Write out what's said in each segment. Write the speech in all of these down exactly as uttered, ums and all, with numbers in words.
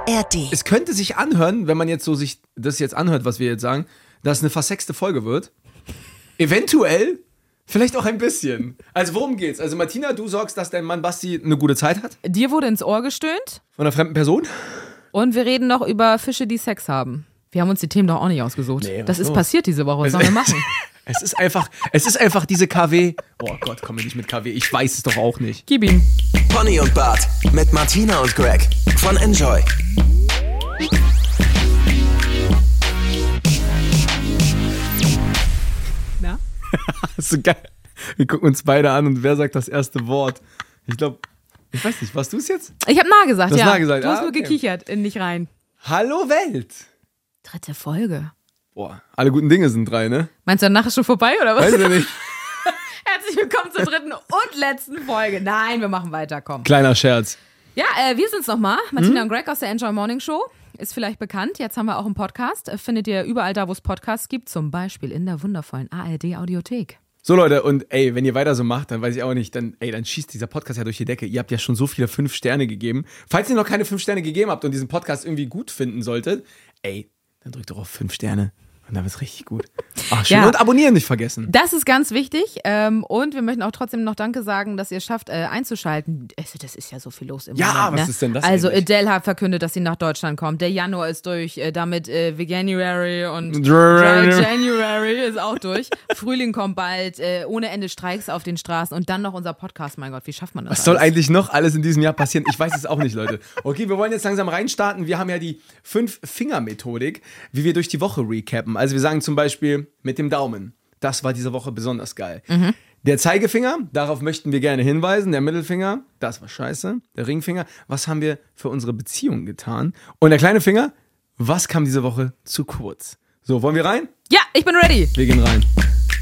R D. Es könnte sich anhören, wenn man jetzt so sich das jetzt anhört, was wir jetzt sagen, dass es eine versexte Folge wird. Eventuell, vielleicht auch ein bisschen. Also worum geht's? Also Martina, du sorgst, dass dein Mann Basti eine gute Zeit hat? Dir wurde ins Ohr gestöhnt. Von einer fremden Person? Und wir reden noch über Fische, die Sex haben. Wir haben uns die Themen doch auch nicht ausgesucht. Nee, das ist los? passiert diese Woche. Was sollen wir machen? Es ist einfach, es ist einfach diese K W. Oh Gott, komm mir nicht mit K W. Ich weiß es doch auch nicht. Gib ihm. Pony und Bart mit Martina und Greg von Enjoy. Na? So geil. Wir gucken uns beide an und wer sagt das erste Wort? Ich glaube, ich weiß nicht, warst du es jetzt? Ich habe nah gesagt, Du hast ja. nah gesagt. Du hast Ah, nur okay. gekichert in dich rein. Hallo Welt. Dritte Folge. Boah, alle guten Dinge sind drei, ne? Meinst du, danach ist schon vorbei, oder was? Weiß ich nicht. Herzlich willkommen zur dritten und letzten Folge. Nein, wir machen weiter, komm. Kleiner Scherz. Ja, äh, wir sind's nochmal. Martina und Greg aus der Enjoy Morning Show. Ist vielleicht bekannt. Jetzt haben wir auch einen Podcast. Findet ihr überall da, wo es Podcasts gibt. Zum Beispiel in der wundervollen A R D-Audiothek. So Leute, und ey, wenn ihr weiter so macht, dann weiß ich auch nicht, dann ey, dann schießt dieser Podcast ja durch die Decke. Ihr habt ja schon so viele fünf Sterne gegeben. Falls ihr noch keine fünf Sterne gegeben habt und diesen Podcast irgendwie gut finden solltet, ey, dann drückt doch auf fünf Sterne. Und dann wird's richtig gut. Ach, schön. Ja. Und abonnieren nicht vergessen. Das ist ganz wichtig. Ähm, und wir möchten auch trotzdem noch Danke sagen, dass ihr es schafft, äh, einzuschalten. Also, das ist ja so viel los im Ja, Moment. was ne? ist denn das Also eigentlich? Adele hat verkündet, dass sie nach Deutschland kommt. Der Januar ist durch. Äh, damit äh, Veganuary und Dry Dry January ist auch durch. Frühling kommt bald. Äh, ohne Ende Streiks auf den Straßen. Und dann noch unser Podcast. Mein Gott, wie schafft man das Was soll alles? eigentlich noch alles in diesem Jahr passieren? Ich weiß es auch nicht, Leute. Okay, wir wollen jetzt langsam reinstarten. Wir haben ja die Fünf-Finger-Methodik, wie wir durch die Woche recappen. Also wir sagen zum Beispiel mit dem Daumen. Das war diese Woche besonders geil. Mhm. Der Zeigefinger, darauf möchten wir gerne hinweisen. Der Mittelfinger, das war scheiße. Der Ringfinger, was haben wir für unsere Beziehung getan? Und der kleine Finger, was kam diese Woche zu kurz? So, wollen wir rein? Ja, ich bin ready. Wir gehen rein.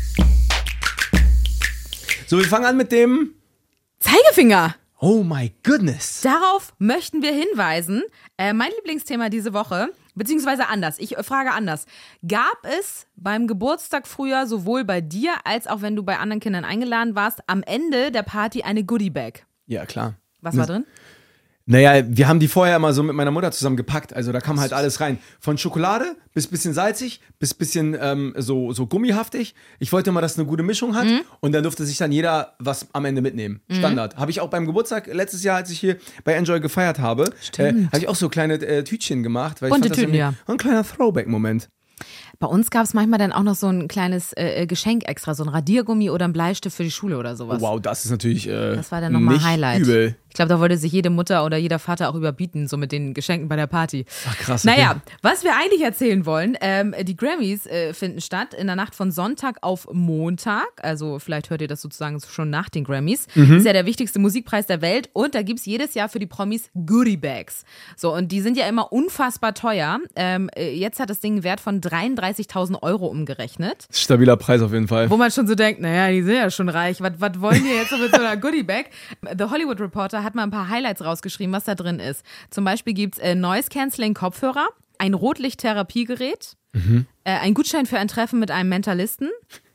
So, wir fangen an mit dem... Zeigefinger. Oh my goodness. Darauf möchten wir hinweisen. Äh, mein Lieblingsthema diese Woche, beziehungsweise anders, ich äh, frage anders. Gab es beim Geburtstag früher, sowohl bei dir als auch wenn du bei anderen Kindern eingeladen warst, am Ende der Party eine Goodiebag? Ja, klar. Was war drin? Naja, wir haben die vorher immer so mit meiner Mutter zusammen gepackt. Also da kam halt alles rein. Von Schokolade bis bisschen salzig, bis bisschen ähm, so, so gummihaftig. Ich wollte mal, dass es eine gute Mischung hat. Mhm. Und dann durfte sich dann jeder was am Ende mitnehmen. Standard. Habe ich auch beim Geburtstag letztes Jahr, als ich hier bei Enjoy gefeiert habe, äh, habe ich auch so kleine äh, Tütchen gemacht. Weil Bunte ich fand Tüten, das ja. ein kleiner Throwback-Moment. Bei uns gab es manchmal dann auch noch so ein kleines äh, Geschenk extra, so ein Radiergummi oder ein Bleistift für die Schule oder sowas. Oh, wow, das ist natürlich äh, Das war dann nochmal nicht Highlight. übel. Ich glaube, da wollte sich jede Mutter oder jeder Vater auch überbieten, so mit den Geschenken bei der Party. Ach krass. Okay. Naja, was wir eigentlich erzählen wollen, ähm, die Grammys äh, finden statt in der Nacht von Sonntag auf Montag. Also vielleicht hört ihr das sozusagen schon nach den Grammys. Mhm. Das ist ja der wichtigste Musikpreis der Welt und da gibt es jedes Jahr für die Promis Goodie-Bags. So, und die sind ja immer unfassbar teuer. Ähm, äh, jetzt hat das Ding einen Wert von dreiunddreißigtausend Euro umgerechnet. Stabiler Preis auf jeden Fall. Wo man schon so denkt, naja, die sind ja schon reich. Was, was wollen die jetzt so mit so einer Goodie-Bag? The Hollywood Reporter hat mal ein paar Highlights rausgeschrieben, was da drin ist. Zum Beispiel gibt's äh, Noise-Canceling-Kopfhörer, ein Rotlicht-Therapiegerät, mhm. äh, ein Gutschein für ein Treffen mit einem Mentalisten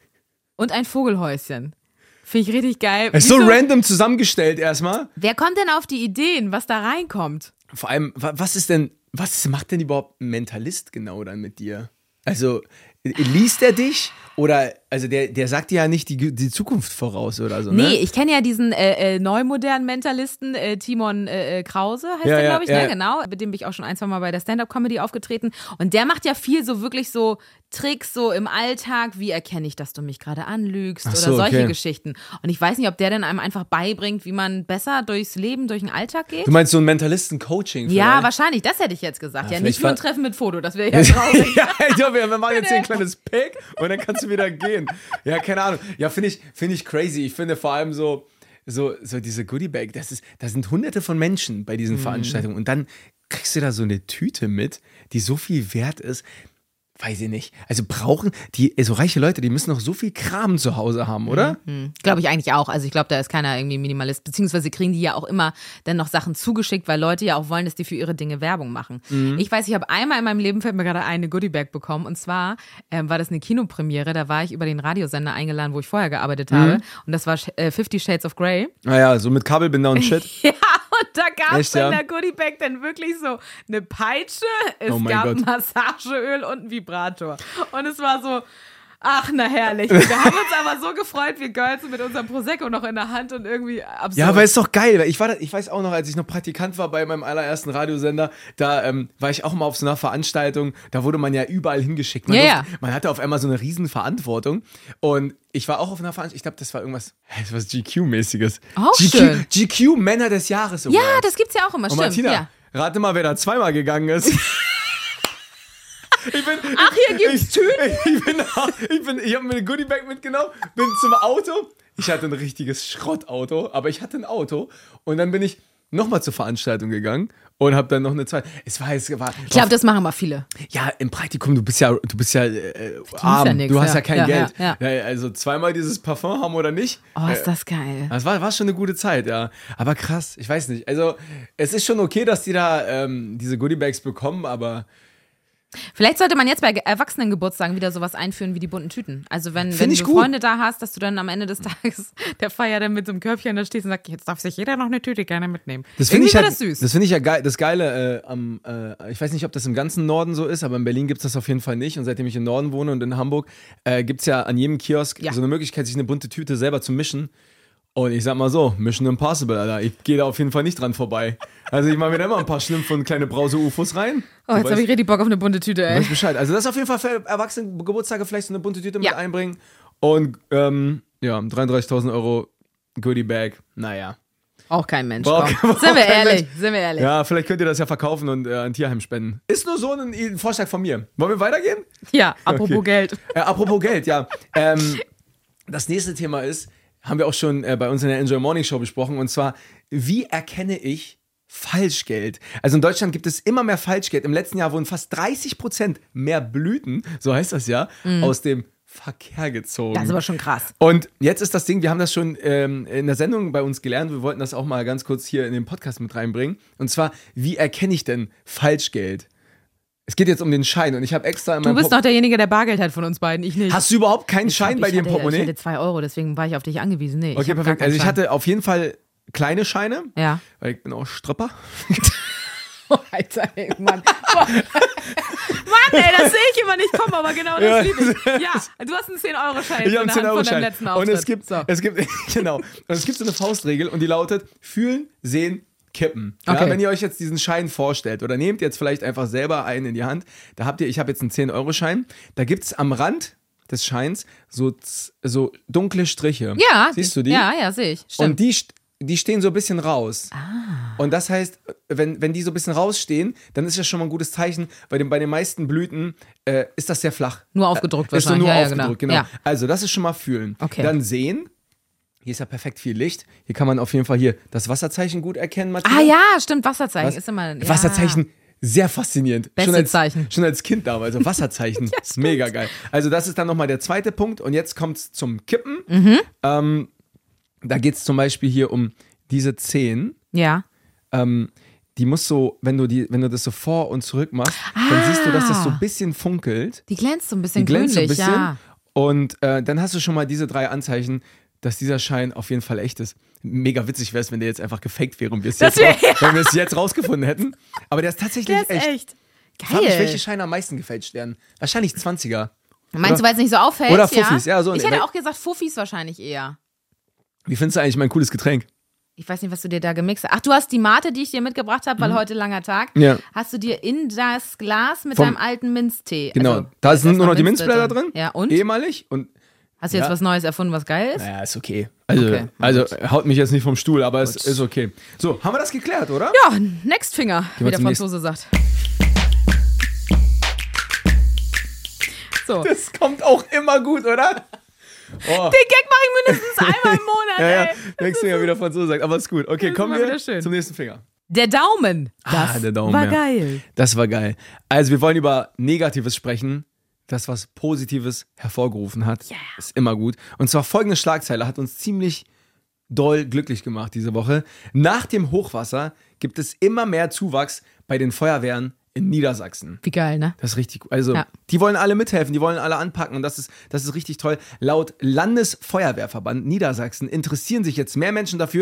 und ein Vogelhäuschen. Finde ich richtig geil. Es ist so Wieso- random zusammengestellt erstmal. Wer kommt denn auf die Ideen, was da reinkommt? Vor allem, wa- was ist denn, was macht denn überhaupt ein Mentalist genau dann mit dir? Also, liest er dich? Oder, also der, der sagt dir ja nicht die, die Zukunft voraus oder so, ne? Nee, ich kenne ja diesen äh, äh, neumodernen Mentalisten, äh, Timon äh, äh, Krause heißt Ja, der, ja, glaube ich, ja. ne? Genau. Mit dem bin ich auch schon ein, zwei Mal bei der Stand-Up-Comedy aufgetreten. Und der macht ja viel so wirklich so Tricks so im Alltag, wie erkenne ich, dass du mich gerade anlügst Ach oder so, solche okay. Geschichten. Und ich weiß nicht, ob der dann einem einfach beibringt, wie man besser durchs Leben, durch den Alltag geht. Du meinst so ein Mentalisten-Coaching Ja, vielleicht? wahrscheinlich, das hätte ich jetzt gesagt. Ja, Ja, nicht vielleicht nur ein war- Treffen mit Foto, das wäre ja traurig. Ja, ich glaube, wir machen jetzt hier ein kleines Pick und dann kannst du wieder gehen. Ja, keine Ahnung. Ja, finde ich, finde ich crazy. Ich finde vor allem so, so, so diese Goodie-Bag, das ist, da sind hunderte von Menschen bei diesen Veranstaltungen und dann kriegst du da so eine Tüte mit, die so viel wert ist. Weiß ich nicht. Also brauchen die, so reiche Leute, die müssen noch so viel Kram zu Hause haben, oder? Mhm. Glaube ich eigentlich auch. Also ich glaube, da ist keiner irgendwie Minimalist. Beziehungsweise kriegen die ja auch immer dann noch Sachen zugeschickt, weil Leute ja auch wollen, dass die für ihre Dinge Werbung machen. Mhm. Ich weiß, ich habe einmal in meinem Leben, fällt mir gerade eine Goodiebag bekommen. Und zwar ähm, war das eine Kinopremiere. Da war ich über den Radiosender eingeladen, wo ich vorher gearbeitet habe. Und das war äh, Fifty Shades of Grey. Naja, so mit Kabelbinder und Shit. Ja, Und da gab es Echt, in ja? der Goodiebag dann wirklich so eine Peitsche, es Oh mein gab Gott. Massageöl und einen Vibrator. Und es war so, ach, na herrlich. Wir haben uns aber so gefreut, wir Girls mit unserem Prosecco noch in der Hand und irgendwie absurd. Ja, aber ist doch geil. Weil Ich, war da, ich weiß auch noch, als ich noch Praktikant war bei meinem allerersten Radiosender, da ähm, war ich auch mal auf so einer Veranstaltung, da wurde man ja überall hingeschickt. Man, Ja, durfte, ja. man hatte auf einmal so eine riesen Verantwortung und ich war auch auf einer Veranstaltung, ich glaube, das war irgendwas, was G Q-mäßiges. Auch G Q, schön. G Q Männer des Jahres. Ja, Award. das gibt's ja auch immer, Und stimmt. Martina, Ja. rate mal, wer da zweimal gegangen ist. Ich bin, Ach, hier gibt's ich, Tüten? Ich, bin, ich, bin, ich habe mir eine Goodiebag mitgenommen, bin zum Auto. Ich hatte ein richtiges Schrottauto, aber ich hatte ein Auto. Und dann bin ich nochmal zur Veranstaltung gegangen und habe dann noch eine zweite. Es war, es war, Ich glaube, das machen mal viele. ja, im Praktikum, du bist ja, du bist ja äh, arm, ja nix, du hast ja. ja kein Ja, Geld. ja, Ja, also zweimal dieses Parfum haben oder nicht. Oh, ist das geil. Das war, war schon eine gute Zeit, ja. Aber krass, ich weiß nicht. Also, es ist schon okay, dass die da ähm, diese Goodiebags bekommen, aber Vielleicht sollte man jetzt bei Erwachsenengeburtstagen wieder sowas einführen wie die bunten Tüten. Also wenn, wenn Find ich du gut. Freunde da hast, dass du dann am Ende des Tages der Feier dann mit so einem Körbchen da stehst und sagst, jetzt darf sich jeder noch eine Tüte gerne mitnehmen. das finde ich, wäre halt, das süß. das finde ich ja geil. Das Geile äh, am, äh, ich weiß nicht, ob das im ganzen Norden so ist, aber in Berlin gibt es das auf jeden Fall nicht. Und seitdem ich im Norden wohne und in Hamburg, äh, gibt es ja an jedem Kiosk Ja. so eine Möglichkeit, sich eine bunte Tüte selber zu mischen. Und ich sag mal so, Mission Impossible, Alter. Ich gehe da auf jeden Fall nicht dran vorbei. Also ich mache mir da immer ein paar Schlümpfe und kleine Brause-U F Os rein. Oh, jetzt Du habe ich weißt- richtig Bock auf eine bunte Tüte, du ey. weißt Bescheid. Also das ist auf jeden Fall für Erwachsene-Geburtstage vielleicht so eine bunte Tüte Ja. mit einbringen. Und ähm, ja, dreiunddreißigtausend Euro Goodie-Bag. Naja. Auch kein Mensch. Braucht- Komm. braucht Sind wir kein ehrlich, Mensch. sind wir ehrlich. Ja, vielleicht könnt ihr das ja verkaufen und äh, ein Tierheim spenden. Ist nur so ein, ein Vorschlag von mir. Wollen wir weitergehen? Ja, apropos Okay. Geld. Äh, apropos Geld, ja. Ähm, das nächste Thema ist, haben wir auch schon äh, bei uns in der Enjoy Morning Show besprochen, und zwar, wie erkenne ich Falschgeld? Also in Deutschland gibt es immer mehr Falschgeld. Im letzten Jahr wurden fast dreißig Prozent mehr Blüten, so heißt das ja, aus dem Verkehr gezogen. Das ist aber schon krass. Und jetzt ist das Ding, wir haben das schon ähm, in der Sendung bei uns gelernt, wir wollten das auch mal ganz kurz hier in den Podcast mit reinbringen. Und zwar, wie erkenne ich denn Falschgeld? Es geht jetzt um den Schein und ich habe extra in Du meinem bist Pop- noch derjenige, der Bargeld hat von uns beiden, ich nicht. Hast du überhaupt keinen Ich Schein hab- bei ich dir im hatte, Portemonnaie? Ich hatte zwei Euro, deswegen war ich auf dich angewiesen. Nee, ich Okay, hab gar perfekt. keinen Also ich Schein. hatte auf jeden Fall kleine Scheine, Ja. weil ich bin auch Stripper. Oh, Alter, ey, Mann. Boah. Mann, ey, das sehe ich immer nicht kommen, aber genau das Ja. liebe ich. Ja, du hast einen zehn-Euro-Schein Ich habe einen von deinem zehn-Euro-Schein. letzten Und Auftritt. es gibt, so. es gibt, genau, und es gibt so eine Faustregel und die lautet, fühlen, sehen, kippen. Ja, Okay. wenn ihr euch jetzt diesen Schein vorstellt oder nehmt jetzt vielleicht einfach selber einen in die Hand, da habt ihr, ich habe jetzt einen zehn-Euro-Schein, da gibt es am Rand des Scheins so, z- so dunkle Striche. Ja. Siehst du die? Ja, ja, sehe ich. Stimmt. Und die, st- die stehen so ein bisschen raus. Ah. Und das heißt, wenn, wenn die so ein bisschen rausstehen, dann ist das schon mal ein gutes Zeichen, weil den, bei den meisten Blüten äh, ist das sehr flach. Nur aufgedruckt Äh, Ist so wahrscheinlich. nur Ja, ja, aufgedruckt, genau. genau. Ja. Also das ist schon mal fühlen. Okay. Dann sehen. Hier ist ja perfekt viel Licht. Hier kann man auf jeden Fall hier das Wasserzeichen gut erkennen, Martina. Ah ja, stimmt, Wasserzeichen Was? ist immer... Ja. Wasserzeichen, sehr faszinierend. Beste schon als, Zeichen. Schon als Kind damals, also Wasserzeichen. Ja, ist mega geil. Also das ist dann nochmal der zweite Punkt. Und jetzt kommt es zum Kippen. Mhm. Ähm, da geht es zum Beispiel hier um diese zehn. Ja. Ähm, die muss so, wenn du, die, wenn du das so vor und zurück machst, dann siehst du, dass das so ein bisschen funkelt. Die glänzt so ein bisschen Die glänzt so ein grünlich, bisschen. ja. Und äh, dann hast du schon mal diese drei Anzeichen, dass dieser Schein auf jeden Fall echt ist. Mega witzig wäre es, wenn der jetzt einfach gefaked wäre und wir es Das jetzt, wär- raus- wenn wir es jetzt rausgefunden hätten. Aber der ist tatsächlich Der ist echt. echt. Ich frage mich, welche Geil. Scheine am meisten gefälscht werden. Wahrscheinlich zwanziger. Meinst du, weil es nicht so auffällt? Oder Fuffis, ja, so, Ich nee, weil- hätte auch gesagt, Fuffis wahrscheinlich eher. Wie findest du eigentlich mein cooles Getränk? Ich weiß nicht, was du dir da gemixt hast. Ach, du hast die Mate, die ich dir mitgebracht habe, weil heute langer Tag. Mhm. Ja. Hast du dir in das Glas mit Vom- deinem alten Minztee. Genau. Also, da ist sind nur erstmal noch die Minzblätter Minzblätter drin. Ja, und? Ehemalig. Und Hast du jetzt Ja. was Neues erfunden, was geil ist? naja, ist okay. Also, Okay, na also gut. haut mich jetzt nicht vom Stuhl, aber es Gut. ist okay. So, haben wir das geklärt, oder? Ja, Next Finger, wie wir der zum Franzose sagt. So. Den Das kommt auch immer gut, oder? Oh. Gag mache ich mindestens einmal im Monat, Ja, ja, ey. denkst du ja wieder Franzose sagt, aber ist gut. Okay, ist kommen immer wieder wir schön. zum nächsten Finger. Der Daumen. Das Ah, der Daumen, war ja. geil. Das war geil. Also wir wollen über Negatives sprechen. Das, was Positives hervorgerufen hat, Yeah. ist immer gut. Und zwar folgende Schlagzeile hat uns ziemlich doll glücklich gemacht diese Woche. Nach dem Hochwasser gibt es immer mehr Zuwachs bei den Feuerwehren in Niedersachsen. Wie geil, ne? Das ist richtig gut. Also, Ja. die wollen alle mithelfen, die wollen alle anpacken und das ist, das ist richtig toll. Laut Landesfeuerwehrverband Niedersachsen interessieren sich jetzt mehr Menschen dafür,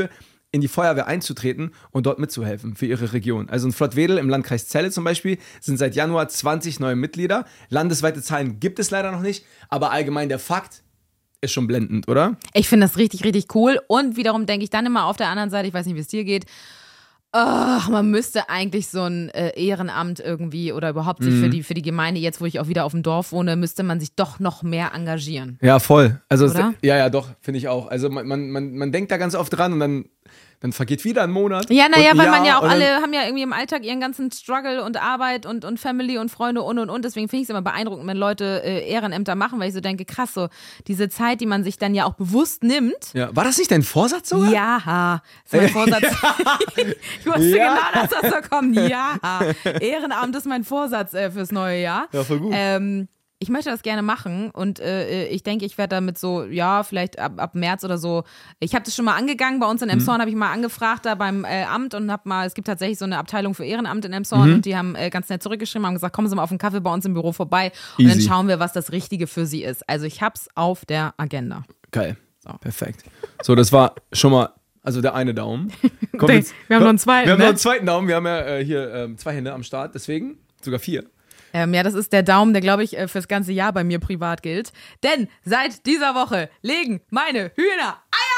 in die Feuerwehr einzutreten und dort mitzuhelfen für ihre Region. Also in Flottwedel im Landkreis Celle zum Beispiel sind seit Januar zwanzig neue Mitglieder. Landesweite Zahlen gibt es leider noch nicht, aber allgemein der Fakt ist schon blendend, oder? Ich finde das richtig, richtig cool. Und wiederum denke ich dann immer auf der anderen Seite, ich weiß nicht, wie es dir geht, ach, man müsste eigentlich so ein äh, Ehrenamt irgendwie oder überhaupt sich mhm. für die, für die Gemeinde, jetzt wo ich auch wieder auf dem Dorf wohne, müsste man sich doch noch mehr engagieren. Ja, voll. Also Oder? ja, ja, doch, finde ich auch. Also man, man, man, man denkt da ganz oft dran und dann, dann vergeht wieder ein Monat. Ja, naja, weil man ja auch und dann- alle haben ja irgendwie im Alltag ihren ganzen Struggle und Arbeit und, und Family und Freunde und und und. Deswegen finde ich es immer beeindruckend, wenn Leute äh, Ehrenämter machen, weil ich so denke, krass, so diese Zeit, die man sich dann ja auch bewusst nimmt. Ja, war das nicht dein Vorsatz sogar? Ja, das ist mein Vorsatz. Ich wusste Ja. genau, dass das so kommt. Ja, Ehrenamt ist mein Vorsatz äh, fürs neue Jahr. Ja, voll gut. Ähm, ich möchte das gerne machen und äh, ich denke, ich werde damit so, ja, vielleicht ab, ab März oder so. Ich habe das schon mal angegangen. Bei uns in Emshorn Mhm. habe ich mal angefragt da beim äh, Amt und habe mal, es gibt tatsächlich so eine Abteilung für Ehrenamt in Emshorn Mhm. und die haben äh, ganz nett zurückgeschrieben, haben gesagt, kommen Sie mal auf einen Kaffee bei uns im Büro vorbei und dann Easy. schauen wir, was das Richtige für Sie ist. Also ich hab's auf der Agenda. Geil. So. Perfekt. So, das war schon mal, also der eine Daumen. Kommt Der- jetzt- wir haben noch einen zweiten, Wir haben ne? noch einen zweiten Daumen. Wir haben ja äh, hier ähm, zwei Hände am Start, deswegen sogar vier. Ähm, ja, das ist der Daumen, der, glaube ich, äh, fürs ganze Jahr bei mir privat gilt. Denn seit dieser Woche legen meine Hühner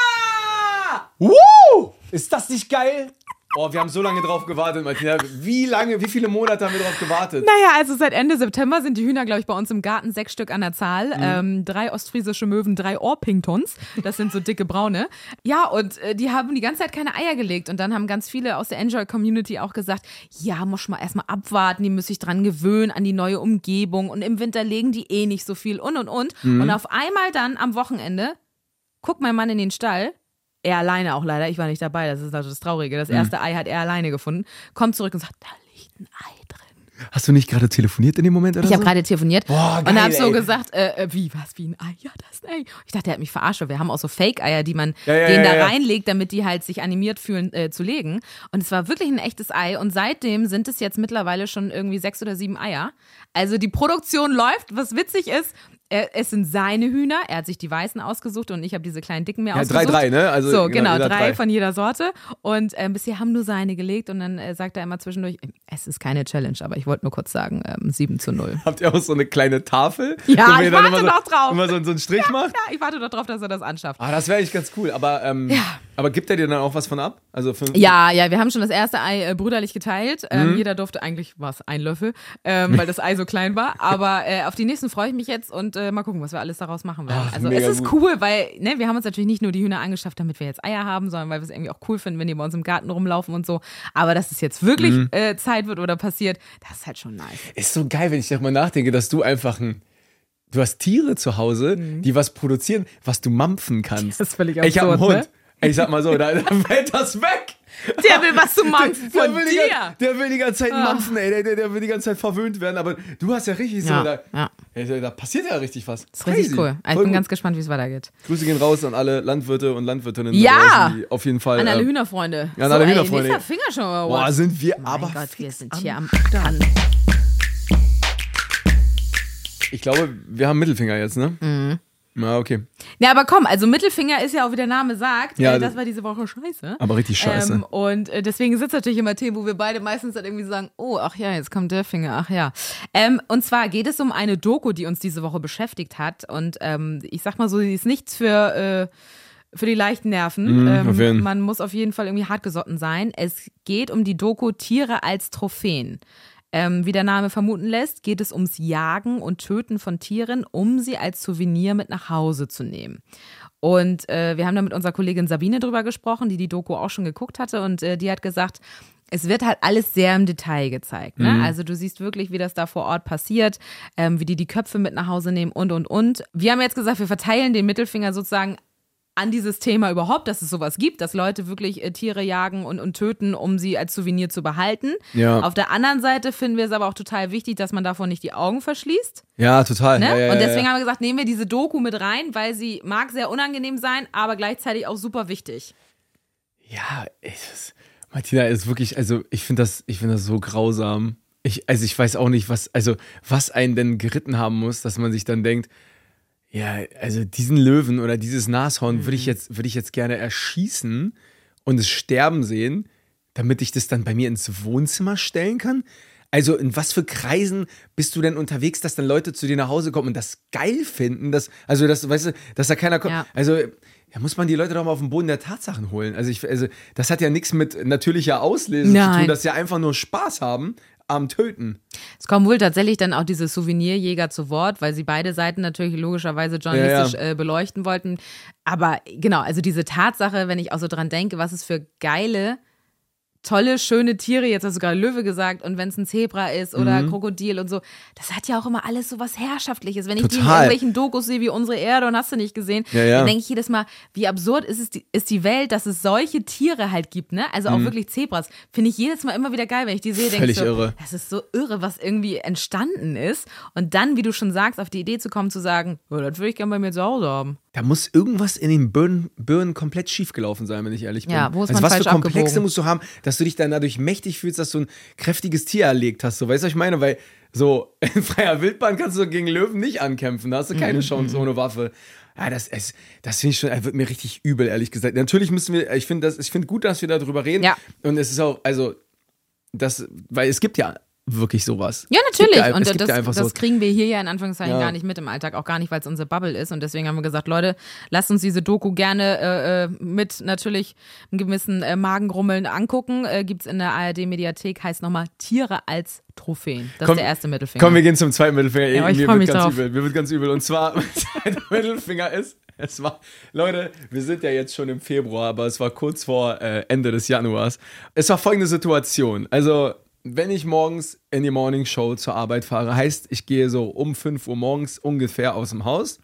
Eier! Woo! Ist das nicht geil? Oh, wir haben so lange drauf gewartet, Martina. Wie lange, wie viele Monate haben wir drauf gewartet? Naja, also seit Ende September sind die Hühner, glaube ich, bei uns im Garten sechs Stück an der Zahl. Mhm. Ähm, drei ostfriesische Möwen, drei Orpingtons. Das sind so dicke braune. Ja, und äh, die haben die ganze Zeit keine Eier gelegt. Und dann haben ganz viele aus der Enjoy-Community auch gesagt, ja, muss mal erstmal abwarten, die müssen sich dran gewöhnen, an die neue Umgebung. Und im Winter legen die eh nicht so viel und und und. Mhm. Und auf einmal dann am Wochenende guckt mein Mann in den Stall. Er alleine auch leider, ich war nicht dabei, das ist also das Traurige. Das erste Ei hat er alleine gefunden. Kommt zurück und sagt, da liegt ein Ei drin. Hast du nicht gerade telefoniert in dem Moment oder Ich habe so? gerade telefoniert Boah, und geil, habe so ey. gesagt, äh, äh, wie, was, wie ein Ei? Ja, das ist ein Ei. Ich dachte, er hat mich verarscht. Wir haben auch so Fake-Eier, die man Ja, ja, denen ja, da ja. reinlegt, damit die halt sich animiert fühlen äh, zu legen. Und es war wirklich ein echtes Ei. Und seitdem sind es jetzt mittlerweile schon irgendwie sechs oder sieben Eier. Also die Produktion läuft. Was witzig ist, er, es sind seine Hühner. Er hat sich die weißen ausgesucht und ich habe diese kleinen dicken mir Ja, ausgesucht. drei, drei, ne? Also, so, genau, genau, jeder drei, drei. von jeder Sorte. Und ähm, bisher haben nur seine gelegt. Und dann äh, sagt er immer zwischendurch, es ist keine Challenge, aber ich wollte nur kurz sagen, ähm, sieben zu null. Habt ihr auch so eine kleine Tafel? Ja, wo ihr ich dann warte immer so, noch drauf. Immer so, so einen Strich macht? Ja, ich warte doch drauf, dass er das anschafft. Ah, das wäre echt ganz cool. Aber, ähm, Ja. aber gibt er dir dann auch was von ab? Also für, Ja, ja, wir haben schon das erste Ei äh, brüderlich geteilt. Ähm, Mhm. Jeder durfte, eigentlich war es ein Löffel, ähm, weil das Ei so klein war. Aber äh, auf die nächsten freue ich mich jetzt und äh, mal gucken, was wir alles daraus machen werden. Ach, also mega es ist gut. cool, weil ne, wir haben uns natürlich nicht nur die Hühner angeschafft, damit wir jetzt Eier haben, sondern weil wir es irgendwie auch cool finden, wenn die bei uns im Garten rumlaufen und so. Aber dass es jetzt wirklich Mhm. äh, Zeit wird oder passiert, das ist halt schon nice. Ist so geil, wenn ich darüber nachdenke, dass du einfach ein. Du hast Tiere zu Hause, die was produzieren, was du mampfen kannst. Das ist völlig Ich hab einen absurd, Hund. Ey, ich sag mal so, da, da fällt das weg. Der will was zu mampfen Der von will, die, dir. gan- der will die ganze Zeit Ah. mampfen, ey. Der, der, der will die ganze Zeit verwöhnt werden. Aber du hast ja richtig so. Ja, Da, ja. ey, da passiert ja richtig was. Das ist richtig Crazy. cool. Ich Voll bin gut. ganz gespannt, wie es weitergeht. Grüße gehen raus an alle Landwirte und Landwirtinnen. Ja! da draußen, die auf jeden Fall. An alle ähm, Hühnerfreunde. Ja, an alle so, Hühnerfreunde. Ey, nächster Finger schon mal. Boah, sind wir mein aber. Gott, wir fix sind am hier am Start. Ackern. Ich glaube, wir haben Mittelfinger jetzt, ne? Mhm. Na, okay. Ja, aber komm, also Mittelfinger ist ja auch, wie der Name sagt, Ja, äh, das das- war diese Woche scheiße. Aber richtig scheiße. Ähm, und äh, deswegen sind es natürlich immer Themen, wo wir beide meistens dann irgendwie sagen, oh, ach ja, jetzt kommt der Finger, ach ja. Ähm, und zwar geht es um eine Doku, die uns diese Woche beschäftigt hat. Und ähm, ich sag mal so, die ist nichts für... Äh, für die leichten Nerven. Mhm, auf jeden. ähm, man muss auf jeden Fall irgendwie hartgesotten sein. Es geht um die Doku Tiere als Trophäen. Ähm, wie der Name vermuten lässt, geht es ums Jagen und Töten von Tieren, um sie als Souvenir mit nach Hause zu nehmen. Und äh, wir haben da mit unserer Kollegin Sabine drüber gesprochen, die die Doku auch schon geguckt hatte. Und äh, die hat gesagt, es wird halt alles sehr im Detail gezeigt. Ne? Mhm. Also du siehst wirklich, wie das da vor Ort passiert, ähm, wie die die Köpfe mit nach Hause nehmen und, und, und. Wir haben jetzt gesagt, wir verteilen den Mittelfinger sozusagen an dieses Thema überhaupt, dass es sowas gibt, dass Leute wirklich äh, Tiere jagen und, und töten, um sie als Souvenir zu behalten. Ja. Auf der anderen Seite finden wir es aber auch total wichtig, dass man davon nicht die Augen verschließt. Ja, total. Ne? Ja, ja, und ja, deswegen ja. haben wir gesagt, nehmen wir diese Doku mit rein, weil sie mag sehr unangenehm sein, aber gleichzeitig auch super wichtig. Ja, es ist, Martina ist wirklich, also ich finde das, ich finde das so grausam. Ich, also ich weiß auch nicht, was, also was einen denn geritten haben muss, dass man sich dann denkt, ja, also diesen Löwen oder dieses Nashorn würde ich jetzt, würde ich jetzt gerne erschießen und es sterben sehen, damit ich das dann bei mir ins Wohnzimmer stellen kann? Also in was für Kreisen bist du denn unterwegs, dass dann Leute zu dir nach Hause kommen und das geil finden? Dass, also, das, weißt du, dass da keiner kommt. Ja. Also, da muss man die Leute doch mal auf den Boden der Tatsachen holen. Also, ich, also das hat ja nichts mit natürlicher Auslese Nein. zu tun, dass sie einfach nur Spaß haben am Töten. Es kommen wohl tatsächlich dann auch diese Souvenirjäger zu Wort, weil sie beide Seiten natürlich logischerweise journalistisch Ja, ja. Äh, beleuchten wollten. Aber genau, also diese Tatsache, wenn ich auch so dran denke, was es für geile, tolle, schöne Tiere, jetzt hast du gerade Löwe gesagt, und wenn es ein Zebra ist oder Mhm. Krokodil und so, das hat ja auch immer alles so was Herrschaftliches. Wenn ich die in Total. irgendwelchen Dokus sehe, wie unsere Erde und hast du nicht gesehen, Ja, ja. dann denke ich jedes Mal, wie absurd ist es die, ist die Welt, dass es solche Tiere halt gibt, ne? Also auch wirklich Zebras. Finde ich jedes Mal immer wieder geil, wenn ich die sehe, denke ich Mhm. Völlig so, irre. das ist so irre, was irgendwie entstanden ist. Und dann, wie du schon sagst, auf die Idee zu kommen, zu sagen, oh, das würde ich gerne bei mir zu Hause haben. Da muss irgendwas in den Birnen, Birnen komplett schiefgelaufen sein, wenn ich ehrlich bin. Ja, wo ist also man was falsch für Komplexe abgebogen? musst du haben, dass du dich dann dadurch mächtig fühlst, dass du ein kräftiges Tier erlegt hast. So, weißt du, was ich meine? Weil so in freier Wildbahn kannst du gegen Löwen nicht ankämpfen. Da hast du keine Mhm. Chance ohne Waffe. Ja, das, es, das finde ich schon, er wird mir richtig übel, ehrlich gesagt. Natürlich müssen wir, ich finde das, ich finde gut, dass wir darüber reden. Ja. Und es ist auch, also, das, weil es gibt ja wirklich sowas. Ja, Es gibt natürlich. ja, Und es gibt das, ja einfach das so. kriegen wir hier ja in Anführungszeichen Ja. gar nicht mit im Alltag, auch gar nicht, weil es unsere Bubble ist. Und deswegen haben wir gesagt, Leute, lasst uns diese Doku gerne äh, äh, mit natürlich einem gewissen äh, Magengrummeln angucken. Äh, Gibt es in der A R D-Mediathek, heißt nochmal Tiere als Trophäen. Das Komm, ist der erste Mittelfinger. Komm, wir gehen zum zweiten Mittelfinger. Ja, aber ich mir freu wird mich ganz drauf. übel. Mir wird ganz übel. Und zwar, mein zweiter Mittelfinger ist, es war, Leute, wir sind ja jetzt schon im Februar, aber es war kurz vor äh, Ende des Januars. Es war folgende Situation. Also, wenn ich morgens in die Morning Show zur Arbeit fahre, heißt, ich gehe so um fünf Uhr morgens ungefähr aus dem Haus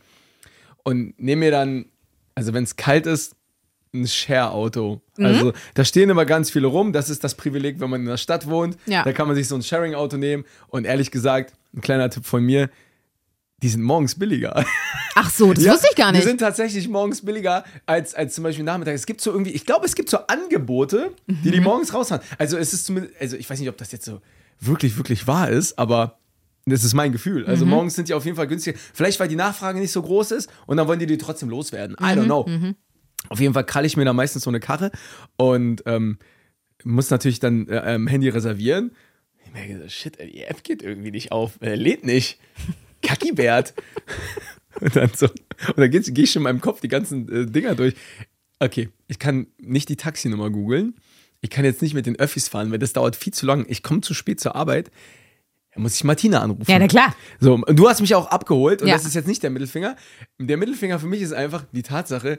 und nehme mir dann, also wenn es kalt ist, ein Share-Auto. Mhm. Also da stehen immer ganz viele rum. Das ist das Privileg, wenn man in der Stadt wohnt. Ja. Da kann man sich so ein Sharing-Auto nehmen. Und ehrlich gesagt, ein kleiner Tipp von mir, die sind morgens billiger. Ach so, das Ja, wusste ich gar nicht. Die sind tatsächlich morgens billiger als, als zum Beispiel nachmittags. Es gibt so irgendwie, ich glaube, es gibt so Angebote, die Mhm. die morgens raushauen. Also es ist zumindest, also ich weiß nicht, ob das jetzt so wirklich, wirklich wahr ist, aber das ist mein Gefühl. Also Mhm. morgens sind die auf jeden Fall günstiger. Vielleicht, weil die Nachfrage nicht so groß ist und dann wollen die die trotzdem loswerden. I Mhm. don't know. Auf jeden Fall kralle ich mir da meistens so eine Karre und ähm, muss natürlich dann äh, ähm, Handy reservieren. Ich merke so, shit, die App geht irgendwie nicht auf. Äh, lädt nicht. Kackibert. Und dann so, und dann gehe ich schon in meinem Kopf die ganzen äh, Dinger durch. Okay, ich kann nicht die Taxinummer googeln. Ich kann jetzt nicht mit den Öffis fahren, weil das dauert viel zu lang. Ich komme zu spät zur Arbeit. Da muss ich Martina anrufen. Ja, na klar. So, und du hast mich auch abgeholt und Ja. das ist jetzt nicht der Mittelfinger. Der Mittelfinger für mich ist einfach die Tatsache,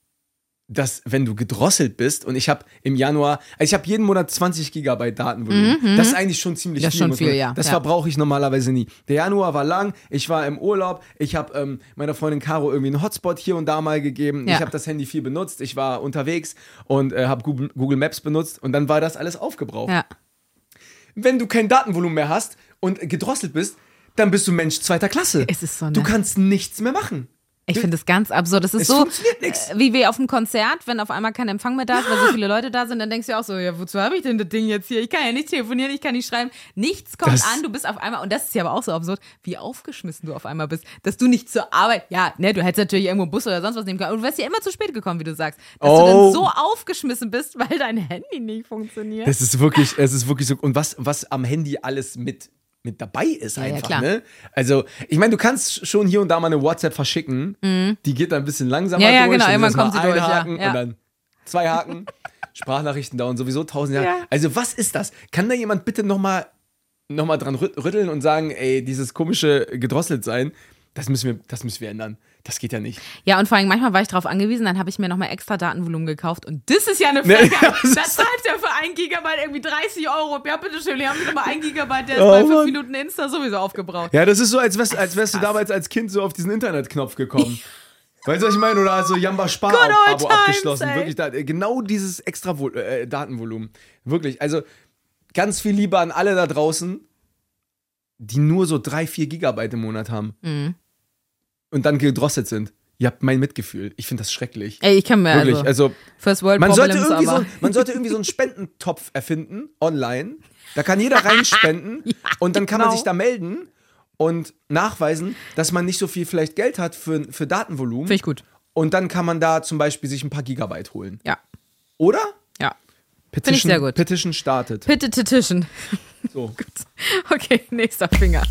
dass wenn du gedrosselt bist und ich habe im Januar, also ich habe jeden Monat zwanzig Gigabyte Datenvolumen. Das ist eigentlich schon ziemlich Das ist viel. schon muss man- viel, ja. Das Ja. verbrauche ich normalerweise nie. Der Januar war lang, ich war im Urlaub, ich habe ähm, meiner Freundin Caro irgendwie einen Hotspot hier und da mal gegeben. Ja. Ich habe das Handy viel benutzt, ich war unterwegs und äh, habe Google, Google Maps benutzt und dann war das alles aufgebraucht. Ja. Wenn du kein Datenvolumen mehr hast und gedrosselt bist, dann bist du Mensch zweiter Klasse. Es ist so, ne? Du kannst nichts mehr machen. Ich finde es ganz absurd. Das ist Es so, funktioniert nix. äh, wie wir auf einem Konzert, wenn auf einmal kein Empfang mehr da ist, weil so viele Leute da sind, dann denkst du auch so, ja, wozu habe ich denn das Ding jetzt hier? Ich kann ja nicht telefonieren, ich kann nicht schreiben. Nichts kommt Das- an, du bist auf einmal, und das ist ja aber auch so absurd, wie aufgeschmissen du auf einmal bist, dass du nicht zur Arbeit, ja, ne, du hättest natürlich irgendwo einen Bus oder sonst was nehmen können, aber du wärst ja immer zu spät gekommen, wie du sagst. Dass du Oh. dann so aufgeschmissen bist, weil dein Handy nicht funktioniert. Das ist wirklich, es ist wirklich so. Und was, was am Handy alles mit, mit dabei ist Ja, ja, einfach, klar. ne? Also, ich meine, du kannst schon hier und da mal eine WhatsApp verschicken. Die geht dann ein bisschen langsamer Ja, ja, durch. genau, dann irgendwann ist mal kommt sie ein durch, ja, Haken ja. und dann zwei Haken. Sprachnachrichten dauern sowieso tausend Jahre. Ja. Also, was ist das? Kann da jemand bitte nochmal noch mal dran rüt- rütteln und sagen, ey, dieses komische gedrosselt sein, das müssen wir, das müssen wir ändern. Das geht ja nicht. Ja, und vor allem manchmal war ich darauf angewiesen, dann habe ich mir nochmal extra Datenvolumen gekauft und das ist ja eine Nee, Frechheit. das Da ist- zahlt ja für ein Gigabyte irgendwie dreißig Euro. Ja, bitteschön, hier haben Sie nochmal ein Gigabyte, der ist Oh, bei fünf Mann. Minuten Insta sowieso aufgebraucht. Ja, das ist so, als wärst, als wärst du krass. damals als Kind so auf diesen Internetknopf gekommen. Weißt du, was ich meine? Oder hast so Jamba Good Spar-Abo old times, abgeschlossen. ey. Wirklich, da, genau dieses extra Vol äh, Datenvolumen. Wirklich. Also ganz viel Liebe an alle da draußen, die nur so drei, vier Gigabyte im Monat haben. Mhm. Und dann gedrosselt sind. Ihr habt mein Mitgefühl. Ich finde das schrecklich. Ey, ich kann mir Wirklich. also, Also, First World man sollte, Problems, irgendwie so, aber man sollte irgendwie so einen Spendentopf erfinden, online. Da kann jeder reinspenden und dann kann man genau. sich da melden und nachweisen, dass man nicht so viel vielleicht Geld hat für, für Datenvolumen. finde ich gut. Und dann kann man da zum Beispiel sich ein paar Gigabyte holen. Ja. Oder? Finde ich sehr gut. Petition startet. Petition. So. Gut. Okay, nächster Finger.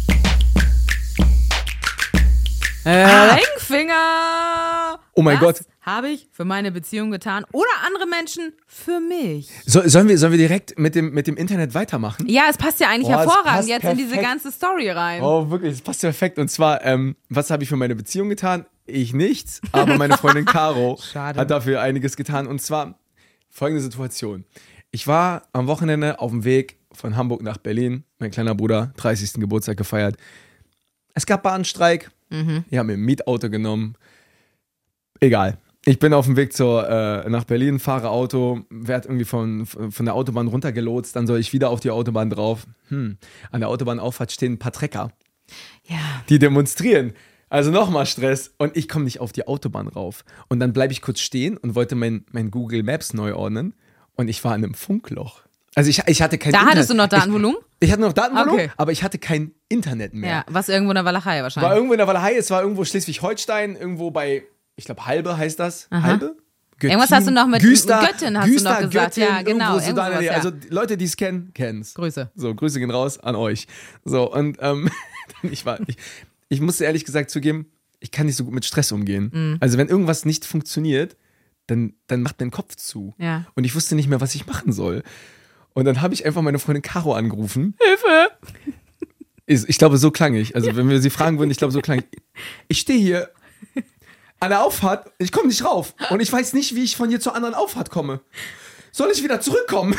Ah. Ringfinger. Oh mein Was Gott. habe ich für meine Beziehung getan oder andere Menschen für mich? So, sollen, wir, sollen wir direkt mit dem, mit dem Internet weitermachen? Ja, es passt ja eigentlich Oh, es hervorragend passt jetzt perfekt. in diese ganze Story rein. Oh, wirklich, das passt perfekt. Und zwar, ähm, was habe ich für meine Beziehung getan? Ich nichts, aber meine Freundin Caro Schade. hat dafür einiges getan. Und zwar folgende Situation. Ich war am Wochenende auf dem Weg von Hamburg nach Berlin. Mein kleiner Bruder, dreißigsten Geburtstag gefeiert. Es gab Bahnstreik. Mhm. Ich habe mir ein Mietauto genommen. Egal. Ich bin auf dem Weg zur, äh, nach Berlin, fahre Auto, werde irgendwie von, von der Autobahn runtergelotst, dann soll ich wieder auf die Autobahn drauf. Hm. An der Autobahnauffahrt stehen ein paar Trecker, Ja. die demonstrieren. Also nochmal Stress. Und ich komme nicht auf die Autobahn rauf. Und dann bleibe ich kurz stehen und wollte mein, mein Google Maps neu ordnen. Und ich war in einem Funkloch. Also ich, ich hatte kein Da Internet. hattest du noch Datenvolumen? Ich, ich hatte noch Datenvolumen, Okay. aber ich hatte kein Internet mehr. Ja, was irgendwo in der Walachei wahrscheinlich. War irgendwo in der Walachei, es war irgendwo Schleswig-Holstein, irgendwo bei, ich glaube, Halbe heißt das. Aha. Halbe? Göttin, Irgendwas hast du noch mit Güster, Göttin, hast du Güster, noch gesagt. Göttin, Ja, genau, irgendwo so da in der irgendwas, Nähe. ja. Also die Leute, die es kennen, kennen es. Grüße. So, Grüße gehen raus an euch. So, und ähm, ich, war, ich, ich musste ehrlich gesagt zugeben, ich kann nicht so gut mit Stress umgehen. Mhm. Also wenn irgendwas nicht funktioniert, dann, dann macht mein Kopf zu. Ja. Und ich wusste nicht mehr, was ich machen soll. Und dann habe ich einfach meine Freundin Caro angerufen. Hilfe! Ich, ich glaube, so klang ich. Also wenn wir sie fragen würden, ich glaube, so klang ich. Ich stehe hier an der Auffahrt, ich komme nicht rauf. Und ich weiß nicht, wie ich von hier zur anderen Auffahrt komme. Soll ich wieder zurückkommen?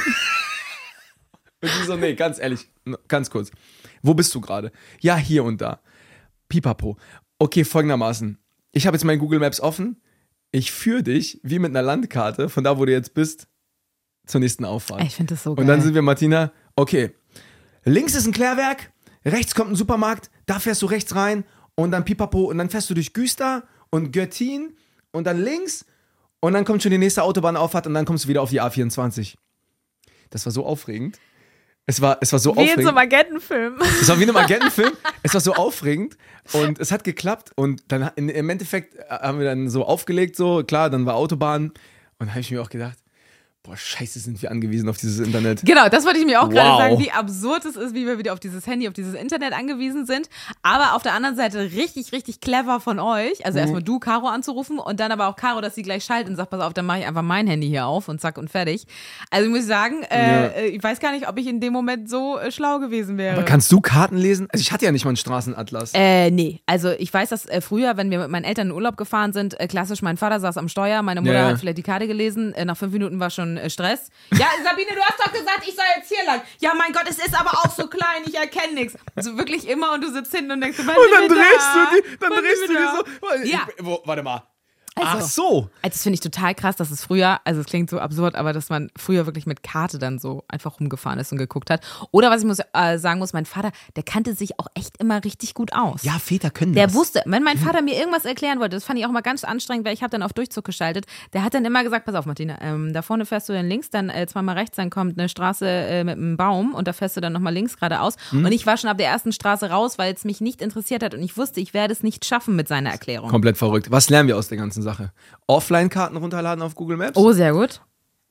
Und sie so, nee, ganz ehrlich, ganz kurz. Wo bist du gerade? Ja, hier und da. Pipapo. Okay, folgendermaßen. Ich habe jetzt mein Google Maps offen. Ich führe dich, wie mit einer Landkarte, von da, wo du jetzt bist, zur nächsten Auffahrt. Ich finde das so geil. Und dann sind wir, Martina, okay, links ist ein Klärwerk, rechts kommt ein Supermarkt, da fährst du rechts rein und dann Pipapo und dann fährst du durch Güster und Göttin und dann links und dann kommt schon die nächste Autobahnauffahrt und dann kommst du wieder auf die A vierundzwanzig. Das war so aufregend. Es war, es war so Wie in aufregend. so einem Agentenfilm. Es war wie in einem Agentenfilm. Es war so aufregend und es hat geklappt und dann in, im Endeffekt haben wir dann so aufgelegt, so klar, dann war Autobahn und dann habe ich mir auch gedacht, boah, scheiße, sind wir angewiesen auf dieses Internet. Genau, das wollte ich mir auch gerade Wow. sagen, wie absurd es ist, wie wir wieder auf dieses Handy, auf dieses Internet angewiesen sind. Aber auf der anderen Seite richtig, richtig clever von euch. Also Mhm. erstmal du, Caro, anzurufen und dann aber auch Caro, dass sie gleich schaltet und sagt, pass auf, dann mache ich einfach mein Handy hier auf und zack und fertig. Also ich muss sagen, äh, ich weiß gar nicht, ob ich in dem Moment so äh, schlau gewesen wäre. Aber kannst du Karten lesen? Also ich hatte ja nicht mal einen Straßenatlas. Äh, nee. Also ich weiß, dass äh, früher, wenn wir mit meinen Eltern in Urlaub gefahren sind, äh, klassisch, mein Vater saß am Steuer, meine Mutter Ja, ja. hat vielleicht die Karte gelesen, äh, nach fünf Minuten war schon äh, Stress. Ja, Sabine, du hast doch gesagt, ich soll jetzt hier lang. Ja, mein Gott, es ist aber auch so klein, ich erkenne nichts. Also wirklich immer und du sitzt hinten und denkst, wann Und dann sind wir drehst da? du die, dann Wann drehst sind du wir die da? so. Ja. Ich, wo, warte mal. Also, Ach so. Also das finde ich total krass, dass es früher, also es klingt so absurd, aber dass man früher wirklich mit Karte dann so einfach rumgefahren ist und geguckt hat. Oder was ich muss, äh, sagen muss, mein Vater, der kannte sich auch echt immer richtig gut aus. Ja, Väter können Der das. wusste, wenn mein Vater mir irgendwas erklären wollte, das fand ich auch mal ganz anstrengend, weil ich habe dann auf Durchzug geschaltet, der hat dann immer gesagt, pass auf Martina, ähm, da vorne fährst du dann links, dann äh, zweimal rechts, dann kommt eine Straße äh, mit einem Baum und da fährst du dann nochmal links geradeaus. Hm. Und ich war schon ab der ersten Straße raus, weil es mich nicht interessiert hat und ich wusste, ich werde es nicht schaffen mit seiner Erklärung. Komplett verrückt. Was lernen wir aus der ganzen Sache? Offline-Karten runterladen auf Google Maps Oh, sehr gut.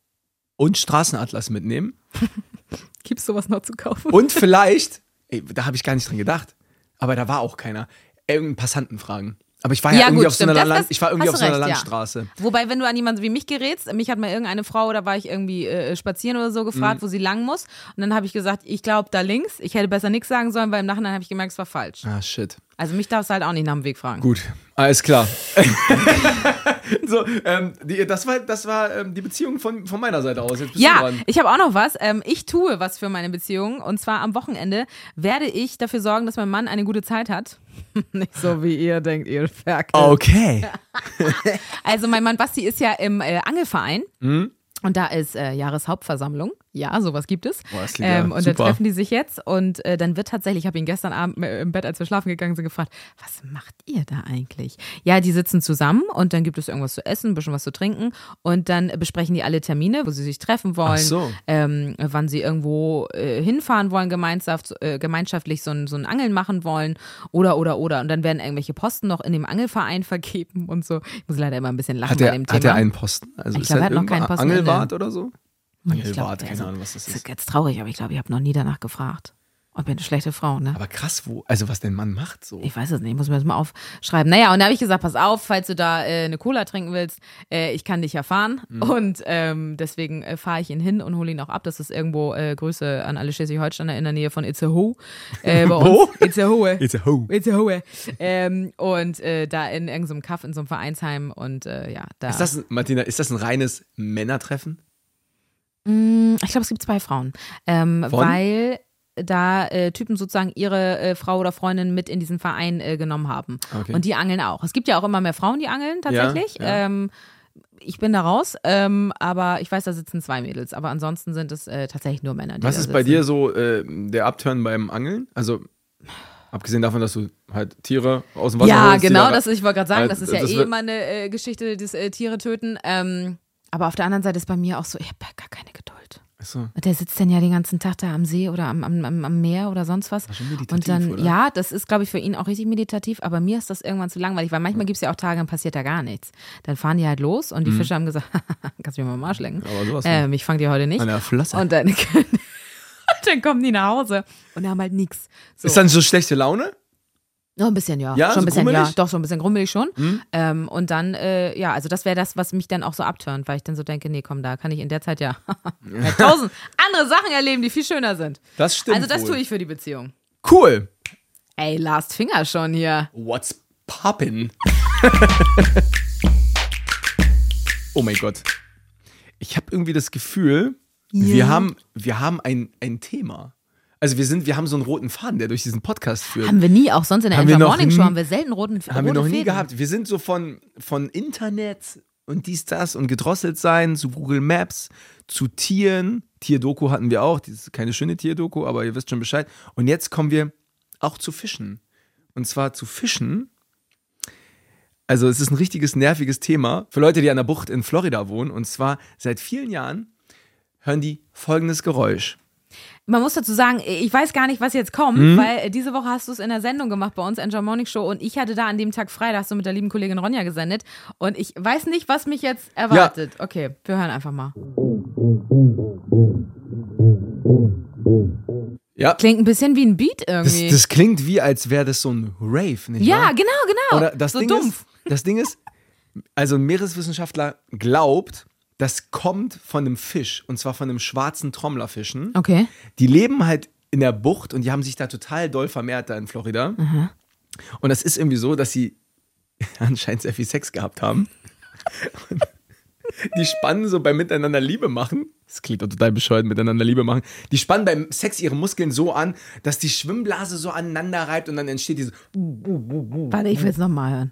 und Straßenatlas mitnehmen. Gibt's sowas noch zu kaufen? Und vielleicht, ey, da habe ich gar nicht dran gedacht, aber da war auch keiner, irgendeinen Passanten fragen. Aber ich war ja, Ja, irgendwie gut, auf so stimmt. einer, Das- Land, das ich war irgendwie hast auf du so einer recht, ja. Landstraße. Wobei, wenn du an jemanden wie mich gerätst, mich hat mal irgendeine Frau oder war ich irgendwie äh, spazieren oder so gefragt, Mhm. wo sie lang muss. Und dann habe ich gesagt, ich glaube da links. Ich hätte besser nichts sagen sollen, weil im Nachhinein habe ich gemerkt, es war falsch. Ah, shit. Also mich darfst du halt auch nicht nach dem Weg fragen. Gut, alles klar. so, ähm, die, das war, das war ähm, die Beziehung von, von meiner Seite aus. Jetzt bist du Ja, dran. ich habe auch noch was. Ähm, ich tue was für meine Beziehung. Und zwar am Wochenende werde ich dafür sorgen, dass mein Mann eine gute Zeit hat. Nicht so, wie ihr denkt, ihr Ferkel. Okay. Also mein Mann Basti ist ja im äh, Angelverein. Mhm. Und da ist äh, Jahreshauptversammlung. Ja, sowas gibt es. Boah, das klingt ja ähm, und super. da treffen die sich jetzt. Und äh, dann wird tatsächlich, ich habe ihn gestern Abend äh, im Bett, als wir schlafen gegangen sind, gefragt, was macht ihr da eigentlich? Ja, die sitzen zusammen und dann gibt es irgendwas zu essen, ein bisschen was zu trinken. Und dann besprechen die alle Termine, wo sie sich treffen wollen, Ach so. ähm, wann sie irgendwo äh, hinfahren wollen, gemeinschaft, äh, gemeinschaftlich so ein, so ein Angeln machen wollen. Oder, oder, oder. Und dann werden irgendwelche Posten noch in dem Angelverein vergeben und so. Ich muss leider immer ein bisschen lachen Hat bei er, dem Thema. hat er einen Posten? Also Ich ist glaub, er er hat noch irgendein keinen Posten Angelwart oder so? Angelwart, keine Ahnung, was das ist. Das ist jetzt traurig, aber ich glaube, ich habe noch nie danach gefragt. Und bin eine schlechte Frau, ne? Aber krass, wo, also was dein Mann macht so. Ich weiß es nicht, ich muss mir das mal aufschreiben. Naja, und da habe ich gesagt, pass auf, falls du da äh, eine Cola trinken willst, äh, ich kann dich ja fahren. Mhm. Und ähm, deswegen äh, fahre ich ihn hin und hole ihn auch ab. Das ist irgendwo, äh, Grüße an alle Schleswig-Holsteiner in der Nähe von Itzehoe. Äh, bei uns. Itzehoe. Itzehoe. Itzehoe. Ähm, und äh, da in irgendeinem Kaff, in so einem Vereinsheim und äh, ja, da. Ist das, Martina, ist das ein reines Männertreffen? Mm, ich glaube, es gibt zwei Frauen. Ähm, weil da äh, Typen sozusagen ihre äh, Frau oder Freundin mit in diesen Verein äh, genommen haben. Okay. Und die angeln auch. Es gibt ja auch immer mehr Frauen, die angeln tatsächlich. Ja, ja. Ähm, ich bin da raus, ähm, aber ich weiß, da sitzen zwei Mädels. Aber ansonsten sind es äh, tatsächlich nur Männer. Die Was da ist sitzen. bei dir so äh, der Upturn beim Angeln? Also abgesehen davon, dass du halt Tiere aus dem Wasser ja, holst. Ja, genau, da, das, ich wollte gerade sagen, das ist ja das eh immer eine äh, Geschichte, das äh, Tiere töten. Ähm, aber auf der anderen Seite ist bei mir auch so, ich habe gar keine Geduld. So. Der sitzt dann ja den ganzen Tag da am See oder am, am, am Meer oder sonst was. Schon meditativ, und dann, oder? ja, das ist, glaube ich, für ihn auch richtig meditativ, aber mir ist das irgendwann zu langweilig, weil manchmal gibt es ja auch Tage, dann passiert da gar nichts. Dann fahren die halt los und die mhm. Fische haben gesagt, kannst du mir mal am Arsch lecken. Aber sowas ähm, ich fange die heute nicht. An der Flosse. Und dann, und dann kommen die nach Hause und haben halt nichts. So. Ist dann so schlechte Laune? Noch ein bisschen, ja. Ja, schon so ein bisschen, grummelig? ja. Doch, so ein bisschen grummelig schon. Mhm. Ähm, und dann, äh, ja, also das wäre das, was mich dann auch so abturnt, weil ich dann so denke, nee, komm, da kann ich in der Zeit ja, ja tausend andere Sachen erleben, die viel schöner sind. Das stimmt. Also das wohl. tue ich für die Beziehung. Cool. Ey, Last Finger schon hier. What's poppin'? Oh mein Gott. Ich habe irgendwie das Gefühl, yeah. wir haben, wir haben ein, ein Thema. Also wir sind, wir haben so einen roten Faden, der durch diesen Podcast führt. Haben wir nie, auch sonst in der Enjoy Morning Show haben wir selten roten Faden. Haben wir noch nie Fäden. gehabt. Wir sind so von, von Internet und dies, das und gedrosselt sein zu Google Maps, zu Tieren. Tierdoku hatten wir auch. Das ist keine schöne Tierdoku, aber ihr wisst schon Bescheid. Und jetzt kommen wir auch zu Fischen. Und zwar zu Fischen. Also es ist ein richtiges nerviges Thema für Leute, die an der Bucht in Florida wohnen. Und zwar seit vielen Jahren hören die folgendes Geräusch. Man muss dazu sagen, ich weiß gar nicht, was jetzt kommt, mhm. weil diese Woche hast du es in der Sendung gemacht bei uns, Enjoy Morning Show, und ich hatte da an dem Tag frei, da hast du mit der lieben Kollegin Ronja gesendet und ich weiß nicht, was mich jetzt erwartet. Ja. Okay, wir hören einfach mal. Ja. Klingt ein bisschen wie ein Beat irgendwie. Das, das klingt wie, als wäre das so ein Rave, nicht ja, wahr? genau, genau. Oder das so Ding dumpf. Ist, das Ding ist, also ein Meereswissenschaftler glaubt, das kommt von einem Fisch, und zwar von einem schwarzen Trommlerfischen. Okay. Die leben halt in der Bucht und die haben sich da total doll vermehrt da in Florida. Mhm. Und das ist irgendwie so, dass sie anscheinend sehr viel Sex gehabt haben. Und die spannen so beim Miteinander Liebe machen. Das klingt doch total bescheuert, miteinander Liebe machen. Die spannen beim Sex ihre Muskeln so an, dass die Schwimmblase so aneinander reibt und dann entsteht diese... Warte, ich will es nochmal hören.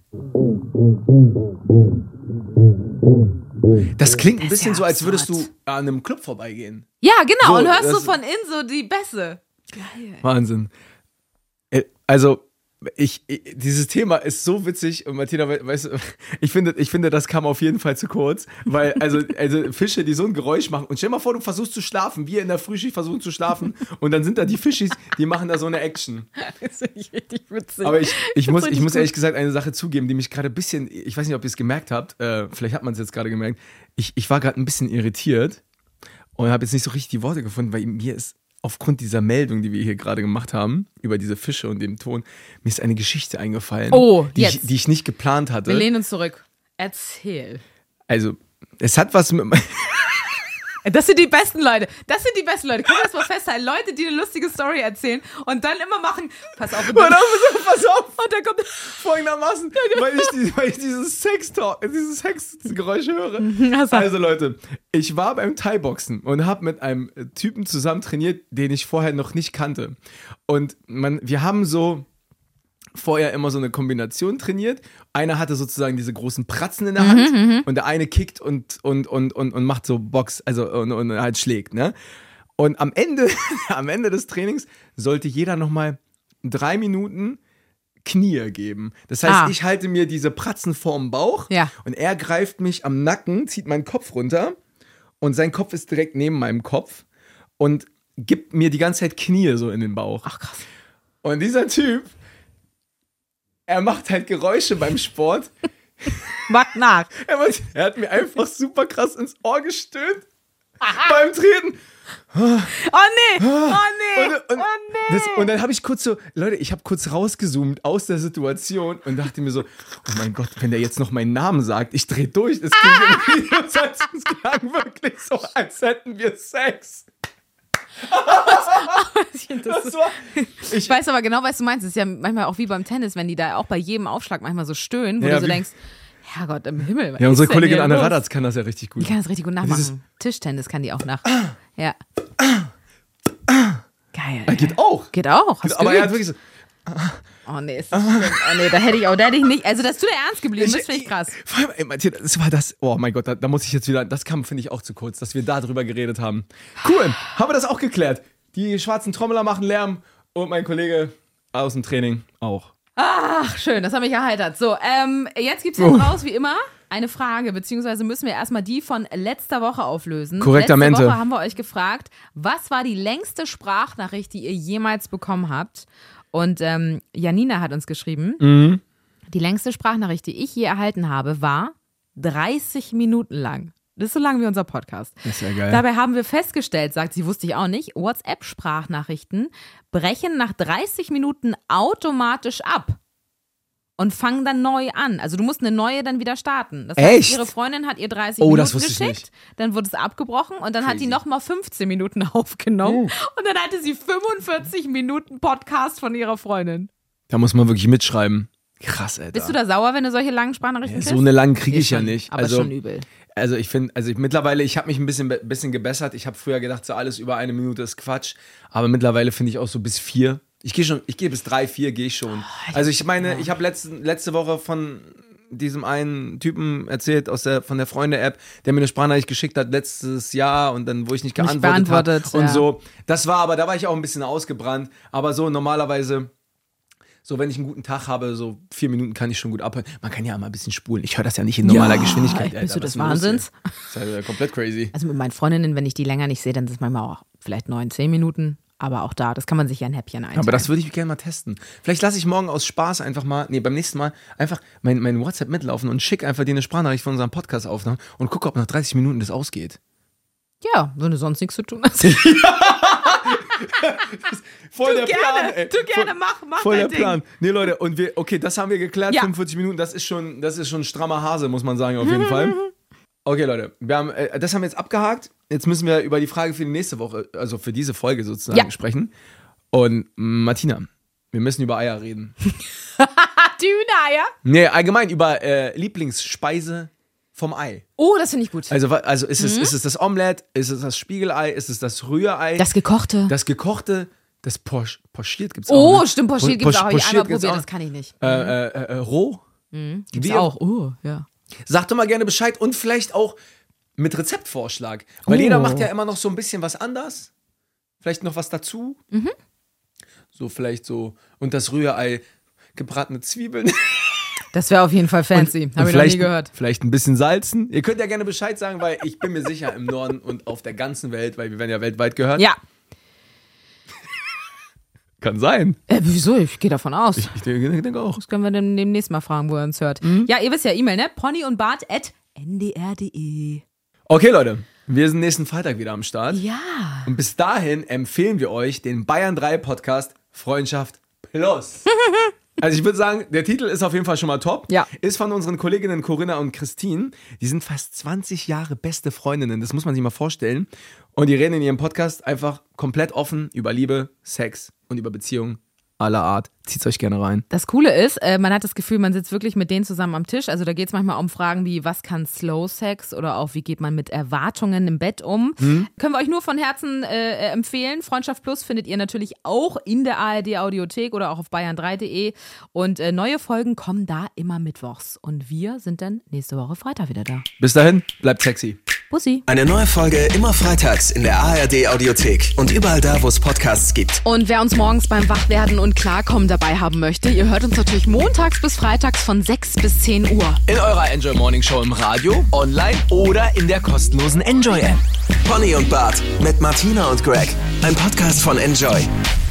Das klingt ein Das ist bisschen ja so, als würdest absurd. du an einem Club vorbeigehen. Ja, genau, So, und hörst das- du von innen so die Bässe. Geil. Wahnsinn. Äh, Also, ich, ich, dieses Thema ist so witzig und Martina, we- weißt du, ich finde, ich finde, das kam auf jeden Fall zu kurz, weil, also, also Fische, die so ein Geräusch machen, und stell dir mal vor, du versuchst zu schlafen, wir in der Frühschicht versuchen zu schlafen und dann sind da die Fischis, die machen da so eine Action. Das finde ich richtig witzig. Aber ich, ich muss, ich richtig muss gut. ehrlich gesagt eine Sache zugeben, die mich gerade ein bisschen, ich weiß nicht, ob ihr es gemerkt habt, äh, vielleicht hat man es jetzt gerade gemerkt, ich, ich war gerade ein bisschen irritiert und habe jetzt nicht so richtig die Worte gefunden, weil mir ist aufgrund dieser Meldung, die wir hier gerade gemacht haben, über diese Fische und dem Ton, mir ist eine Geschichte eingefallen, Oh, die, ich, jetzt. die ich nicht geplant hatte. Wir lehnen uns zurück. Erzähl. Also, es hat was mit... Das sind die besten Leute. Das sind die besten Leute. Können wir das mal festhalten? Leute, die eine lustige Story erzählen und dann immer machen, pass auf. Und Pass dann, auf, pass auf. und dann kommt... Folgendermaßen, weil ich, die, weil ich dieses Sex-Talk, dieses Sex-Geräusch höre. Also. Also Leute, ich war beim Thai-Boxen und habe mit einem Typen zusammen trainiert, den ich vorher noch nicht kannte. Und man, wir haben so vorher immer so eine Kombination trainiert. Einer hatte sozusagen diese großen Pratzen in der Hand Mhm, und der eine kickt und, und, und, und, und macht so Box, also und, und halt schlägt, ne? Und am Ende, am Ende des Trainings sollte jeder nochmal drei Minuten Knie geben. Das heißt, Ah. ich halte mir diese Pratzen vorm Bauch Ja. und er greift mich am Nacken, zieht meinen Kopf runter und sein Kopf ist direkt neben meinem Kopf und gibt mir die ganze Zeit Knie so in den Bauch. Ach krass. Und dieser Typ, er macht halt Geräusche beim Sport. Macht nach. Er, macht, er hat mir einfach super krass ins Ohr gestöhnt. beim Treten. Oh nee, oh nee, Und, und, oh nee. das, und dann habe ich kurz so, Leute, ich habe kurz rausgezoomt aus der Situation und dachte mir so, oh mein Gott, wenn der jetzt noch meinen Namen sagt, ich drehe durch. Das klingt ah! im Video, es klang wirklich so, als hätten wir Sex. ich, das war, ich, ich weiß aber genau, was du meinst. Es ist ja manchmal auch wie beim Tennis, wenn die da auch bei jedem Aufschlag manchmal so stöhnen, wo ja, du so denkst, Herrgott im Himmel. Was ja, unsere Kollegin Anne Radatz kann das ja richtig gut. Die kann das richtig gut nachmachen. Dieses Tischtennis kann die auch nach. Ja. Geil. Er geht auch. Geht auch. Hast aber er hat wirklich so. Oh nee, ist das schlimm. Oh nee, da hätte ich auch, da hätte ich nicht. Also, dass du da ernst geblieben bist, finde ich krass. Vor allem, ey, Matthias, das war das. Oh mein Gott, da, da muss ich jetzt wieder. Das kam, finde ich, auch zu kurz, dass wir da drüber geredet haben. Cool. Haben wir das auch geklärt? Die schwarzen Trommeler machen Lärm und mein Kollege aus dem Training auch. Ach, schön, das hat mich erheitert. So, ähm, jetzt gibt's jetzt raus, wie immer, eine Frage, beziehungsweise müssen wir erstmal die von letzter Woche auflösen. Korrektamente. Letzte Woche haben wir euch gefragt, was war die längste Sprachnachricht, die ihr jemals bekommen habt? Und ähm, Janina hat uns geschrieben, mhm. die längste Sprachnachricht, die ich je erhalten habe, war dreißig Minuten lang. Das ist so lang wie unser Podcast. Das ist ja geil. Dabei haben wir festgestellt, sagt sie, wusste ich auch nicht, WhatsApp-Sprachnachrichten brechen nach dreißig Minuten automatisch ab und fangen dann neu an. Also du musst eine neue dann wieder starten. Das heißt, Echt? ihre Freundin hat ihr dreißig oh, Minuten das wusste geschickt, ich nicht. Dann wurde es abgebrochen und dann Crazy. hat die nochmal fünfzehn Minuten aufgenommen oh. und dann hatte sie fünfundvierzig Minuten Podcast von ihrer Freundin. Da muss man wirklich mitschreiben. Krass, Alter. Bist du da sauer, wenn du solche langen Sprachnachrichten ja, kriegst? So eine lange kriege ich schon, ja nicht. Aber also, schon übel. Also ich finde, also ich, mittlerweile, ich habe mich ein bisschen, bisschen gebessert. Ich habe früher gedacht, so alles über eine Minute ist Quatsch. Aber mittlerweile finde ich auch so bis vier. Ich gehe schon, ich gehe bis drei, vier gehe ich schon. Oh, also ich meine, ich habe letzte, letzte Woche von diesem einen Typen erzählt aus der, von der Freunde-App, der mir eine Sprachnachricht geschickt hat letztes Jahr und dann, wo ich nicht geantwortet habe und ja. so. Das war aber, da war ich auch ein bisschen ausgebrannt. Aber so normalerweise, so wenn ich einen guten Tag habe, so vier Minuten kann ich schon gut abhören. Man kann ja immer ein bisschen spulen. Ich höre das ja nicht in normaler ja, Geschwindigkeit. Bist Alter, du des Wahnsinns? Das ist ja komplett crazy. Also mit meinen Freundinnen, wenn ich die länger nicht sehe, dann sind es manchmal auch vielleicht neun, zehn Minuten. Aber auch da, das kann man sich ja ein Häppchen einteilen. Aber das würde ich gerne mal testen. Vielleicht lasse ich morgen aus Spaß einfach mal, nee, beim nächsten Mal einfach mein, mein WhatsApp mitlaufen und schick einfach dir eine Sprachnachricht von unserem Podcast auf und guck, ob nach dreißig Minuten das ausgeht. Ja, wenn du sonst nichts zu tun hast. voll du der gerne, Plan, ey. Du gerne, voll, mach, mach Voll dein der Ding. Plan. Nee, Leute, und wir, okay, das haben wir geklärt, ja. fünfundvierzig Minuten, das ist schon, das ist schon ein strammer Hase, muss man sagen, auf jeden Fall. Okay, Leute, wir haben, äh, das haben wir jetzt abgehakt. Jetzt müssen wir über die Frage für die nächste Woche, also für diese Folge sozusagen, ja. sprechen. Und Martina, wir müssen über Eier reden. Die Hühnereier? Nee, allgemein über äh, Lieblingsspeise vom Ei. Oh, das finde ich gut. Also, also ist, es, mhm. ist es das Omelette, ist es das Spiegelei, ist es das Rührei? Das gekochte. Das gekochte, das Poch, pochiert gibt es oh, auch. Oh, stimmt, pochiert gibt es auch. Habe ich einmal probiert, das kann ich nicht. Äh, äh, äh, roh? Mhm. Gibt es auch. Oh, ja. Sagt doch mal gerne Bescheid und vielleicht auch mit Rezeptvorschlag. Weil oh. jeder macht ja immer noch so ein bisschen was anders. Vielleicht noch was dazu. Mhm. So vielleicht so, und das Rührei, gebratene Zwiebeln. Das wäre auf jeden Fall fancy. Habe ich noch nie gehört. Vielleicht ein bisschen salzen. Ihr könnt ja gerne Bescheid sagen, weil ich bin mir sicher, im Norden und auf der ganzen Welt, weil wir werden ja weltweit gehört. Ja. Kann sein. Äh, wieso? Ich gehe davon aus. Ich, ich denke denk auch. Das können wir dann demnächst mal fragen, wo er uns hört. Mhm. Ja, ihr wisst ja, E-Mail, ne? pony und bart at n d r punkt d e. Okay, Leute. Wir sind nächsten Freitag wieder am Start. Ja. Und bis dahin empfehlen wir euch den Bayern drei Podcast Freundschaft Plus. Also ich würde sagen, der Titel ist auf jeden Fall schon mal top. Ja. Ist von unseren Kolleginnen Corinna und Christine. Die sind fast zwanzig Jahre beste Freundinnen. Das muss man sich mal vorstellen. Und die reden in ihrem Podcast einfach komplett offen über Liebe, Sex und über Beziehungen aller Art. Zieht's euch gerne rein. Das Coole ist, äh, man hat das Gefühl, man sitzt wirklich mit denen zusammen am Tisch. Also da geht es manchmal um Fragen wie, was kann Slow Sex oder auch, wie geht man mit Erwartungen im Bett um. Hm. Können wir euch nur von Herzen äh, empfehlen. Freundschaft Plus findet ihr natürlich auch in der A R D Audiothek oder auch auf bayern drei punkt de. Und äh, neue Folgen kommen da immer mittwochs. Und wir sind dann nächste Woche Freitag wieder da. Bis dahin, bleibt sexy. Bussi. Eine neue Folge immer freitags in der A R D Audiothek und überall da, wo es Podcasts gibt. Und wer uns morgens beim Wachwerden und Klarkommen dabei haben möchte, ihr hört uns natürlich montags bis freitags von sechs bis zehn Uhr. In eurer Enjoy Morning Show im Radio, online oder in der kostenlosen Enjoy App. Pony und Bart mit Martina und Greg. Ein Podcast von Enjoy.